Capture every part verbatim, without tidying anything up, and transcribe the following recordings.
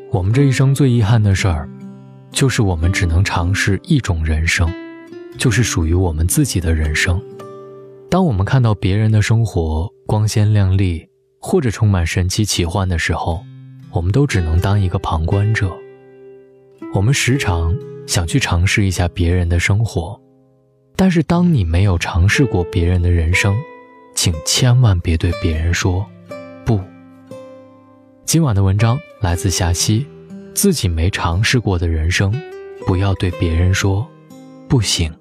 我们这一生最遗憾的事儿，就是我们只能尝试一种人生，就是属于我们自己的人生。当我们看到别人的生活光鲜亮丽，或者充满神奇奇幻的时候，我们都只能当一个旁观者。我们时常想去尝试一下别人的生活，但是当你没有尝试过别人的人生，请千万别对别人说不。今晚的文章来自夏曦，自己没尝试过的人生，不要对别人说不行。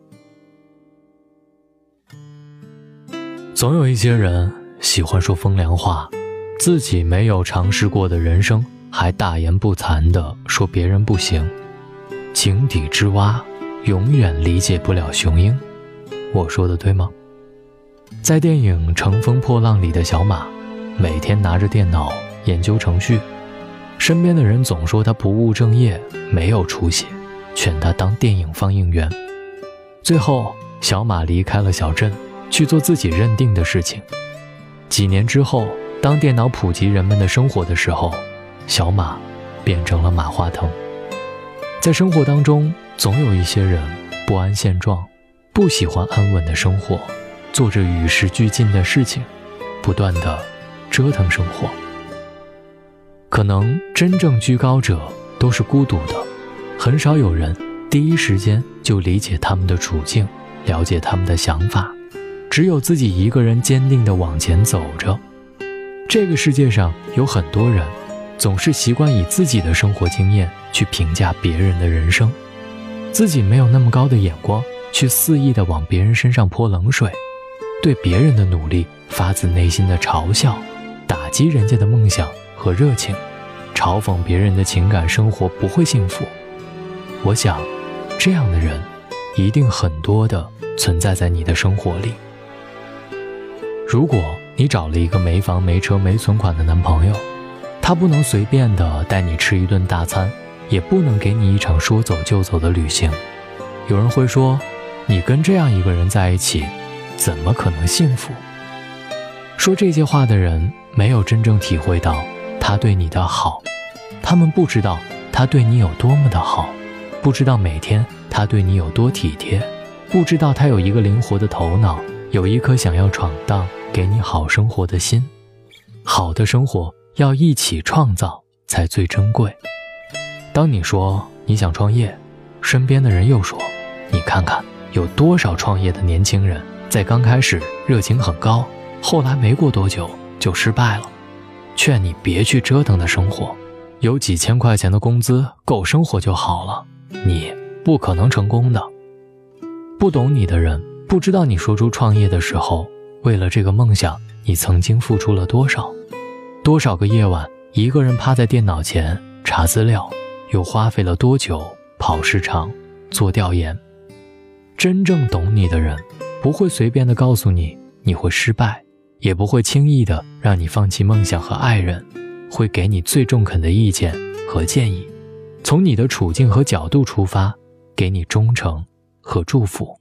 总有一些人喜欢说风凉话，自己没有尝试过的人生，还大言不惭地说别人不行。井底之蛙永远理解不了雄鹰，我说的对吗？在电影《乘风破浪》里的小马，每天拿着电脑研究程序，身边的人总说他不务正业，没有出息，劝他当电影放映员。最后小马离开了小镇，去做自己认定的事情。几年之后，当电脑普及人们的生活的时候，小马变成了马化腾。在生活当中，总有一些人不安现状，不喜欢安稳的生活，做着与时俱进的事情，不断地折腾生活。可能真正居高者都是孤独的，很少有人第一时间就理解他们的处境，了解他们的想法，只有自己一个人坚定地往前走着。这个世界上有很多人总是习惯以自己的生活经验去评价别人的人生，自己没有那么高的眼光去肆意地往别人身上泼冷水，对别人的努力发自内心的嘲笑，打击人家的梦想和热情，嘲讽别人的情感生活不会幸福。我想这样的人一定很多的存在在你的生活里。如果你找了一个没房没车没存款的男朋友，他不能随便的带你吃一顿大餐，也不能给你一场说走就走的旅行。有人会说，你跟这样一个人在一起，怎么可能幸福？说这些话的人没有真正体会到他对你的好，他们不知道他对你有多么的好，不知道每天他对你有多体贴，不知道他有一个灵活的头脑，有一颗想要闯荡给你好生活的心。好的生活要一起创造才最珍贵。当你说你想创业，身边的人又说，你看看有多少创业的年轻人在刚开始热情很高，后来没过多久就失败了。劝你别去折腾的生活，有几千块钱的工资够生活就好了，你不可能成功的。不懂你的人不知道你说出创业的时候，为了这个梦想你曾经付出了多少，多少个夜晚一个人趴在电脑前查资料，又花费了多久跑市场做调研。真正懂你的人不会随便地告诉你你会失败，也不会轻易地让你放弃梦想和爱人，会给你最中肯的意见和建议，从你的处境和角度出发，给你忠诚和祝福。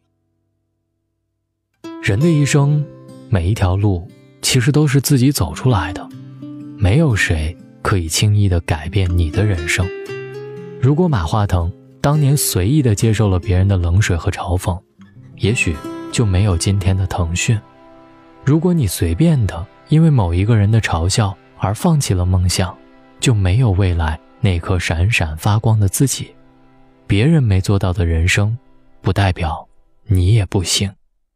人的一生，每一条路其实都是自己走出来的，没有谁可以轻易地改变你的人生。如果马化腾当年随意地接受了别人的冷水和嘲讽，也许就没有今天的腾讯。如果你随便的因为某一个人的嘲笑而放弃了梦想，就没有未来那颗闪闪发光的自己。别人没做到的人生，不代表你也不行。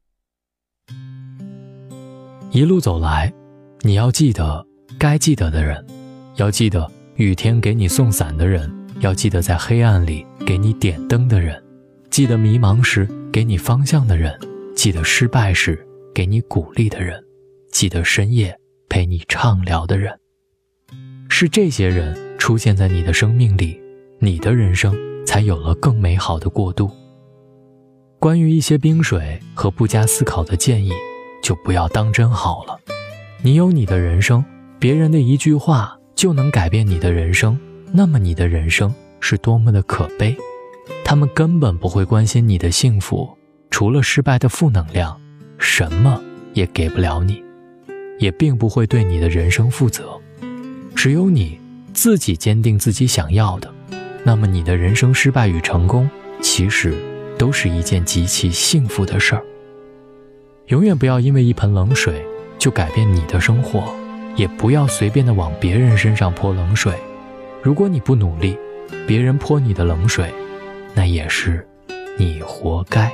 一路走来，你要记得该记得的人，要记得雨天给你送伞的人，要记得在黑暗里给你点灯的人，记得迷茫时给你方向的人，记得失败时给你鼓励的人，记得深夜陪你畅聊的人。是这些人出现在你的生命里，你的人生才有了更美好的过渡。关于一些冰水和不加思考的建议，就不要当真好了。你有你的人生，别人的一句话就能改变你的人生，那么你的人生是多么的可悲。他们根本不会关心你的幸福，除了失败的负能量，什么也给不了你，也并不会对你的人生负责。只有你自己坚定自己想要的，那么你的人生失败与成功其实都是一件极其幸福的事儿。永远不要因为一盆冷水就改变你的生活，也不要随便的往别人身上泼冷水。如果你不努力，别人泼你的冷水，那也是你活该。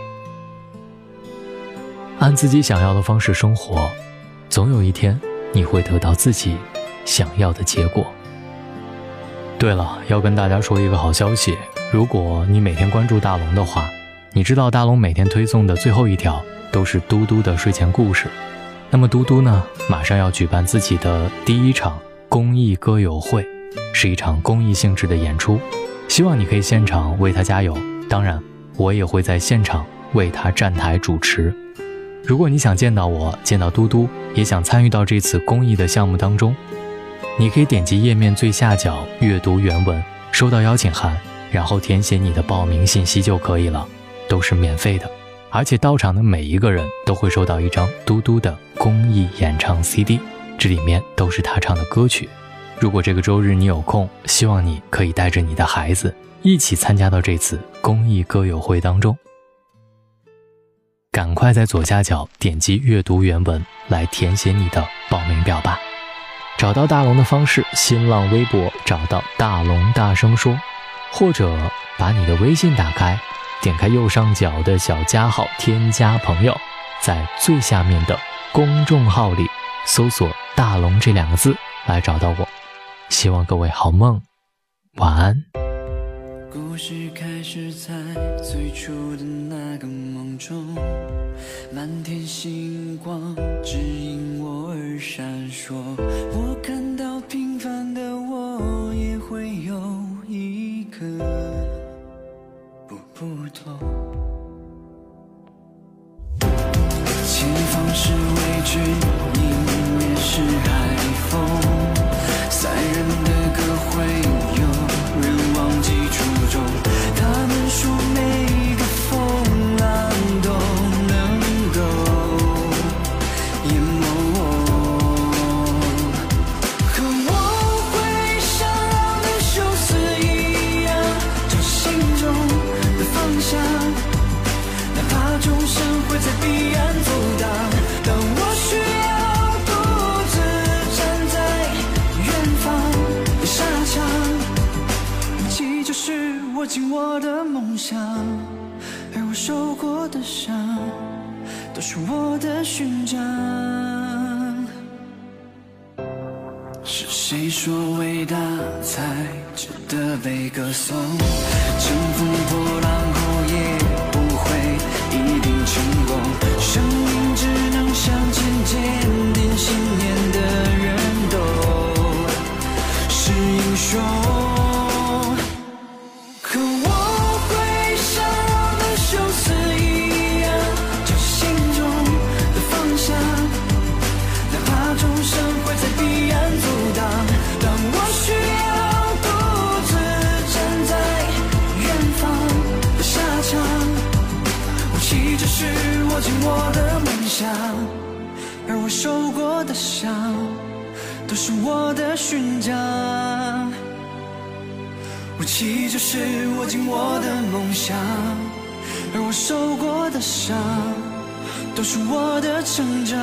按自己想要的方式生活，总有一天你会得到自己想要的结果。对了，要跟大家说一个好消息，如果你每天关注大龙的话，你知道大龙每天推送的最后一条都是嘟嘟的睡前故事。那么嘟嘟呢，马上要举办自己的第一场公益歌友会，是一场公益性质的演出，希望你可以现场为他加油，当然我也会在现场为他站台主持。如果你想见到我，见到嘟嘟，也想参与到这次公益的项目当中，你可以点击页面最下角阅读原文，收到邀请函，然后填写你的报名信息就可以了，都是免费的。而且到场的每一个人都会收到一张嘟嘟的公益演唱 C D， 这里面都是他唱的歌曲。如果这个周日你有空，希望你可以带着你的孩子一起参加到这次公益歌友会当中。赶快在左下角点击阅读原文来填写你的报名表吧。找到大龙的方式，新浪微博找到大龙大声说，或者把你的微信打开，点开右上角的小加号添加朋友，在最下面的公众号里搜索大龙这两个字来找到我。希望各位好梦，晚安。 故事开始在最初的那个梦中，满天星光指引我而闪烁，我看到平凡的我也会有一个不不同，前方是未知，迎面是海风，散人的歌会有人忘记初衷，他们说每个风浪都能够淹没我，和我会像浪的休斯一样，找心中的方向，哪怕众生会在彼岸阻挡，当我需要独自站在远方的沙场，祈求是握紧我的梦想，而我受过的伤都是我的勋章。是谁说伟大才值得被歌颂？乘风破浪后也不会一定成功，生命只能向前坚定信念的人都是英雄。可我会像浪的休斯一样，找心中的方向，哪怕众生会在彼岸阻挡，当我需要独自站在远方的沙场，我骑着是握紧我的梦想，而我受过的伤都是我的勋章。我骑着是握紧我的梦想，而我受过的伤都是我的成长。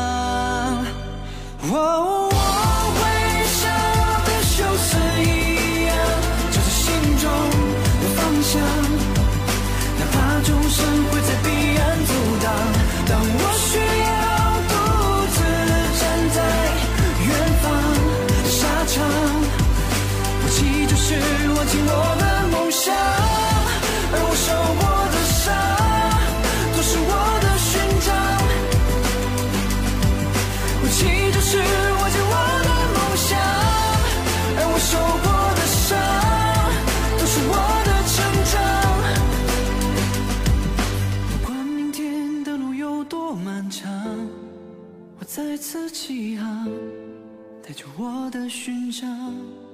哦，我会像浪的休斯一样，找着心中的方向，哪怕众生会在彼岸阻挡，当我需要独自站在远方的沙场，我骑着是握紧我的梦想，而我受过的伤都是我的勋章。我骑着是握紧我的梦想，而我受过的伤都是我的成长。不管明天的路有多漫长，我再次起航，带着我的勋章。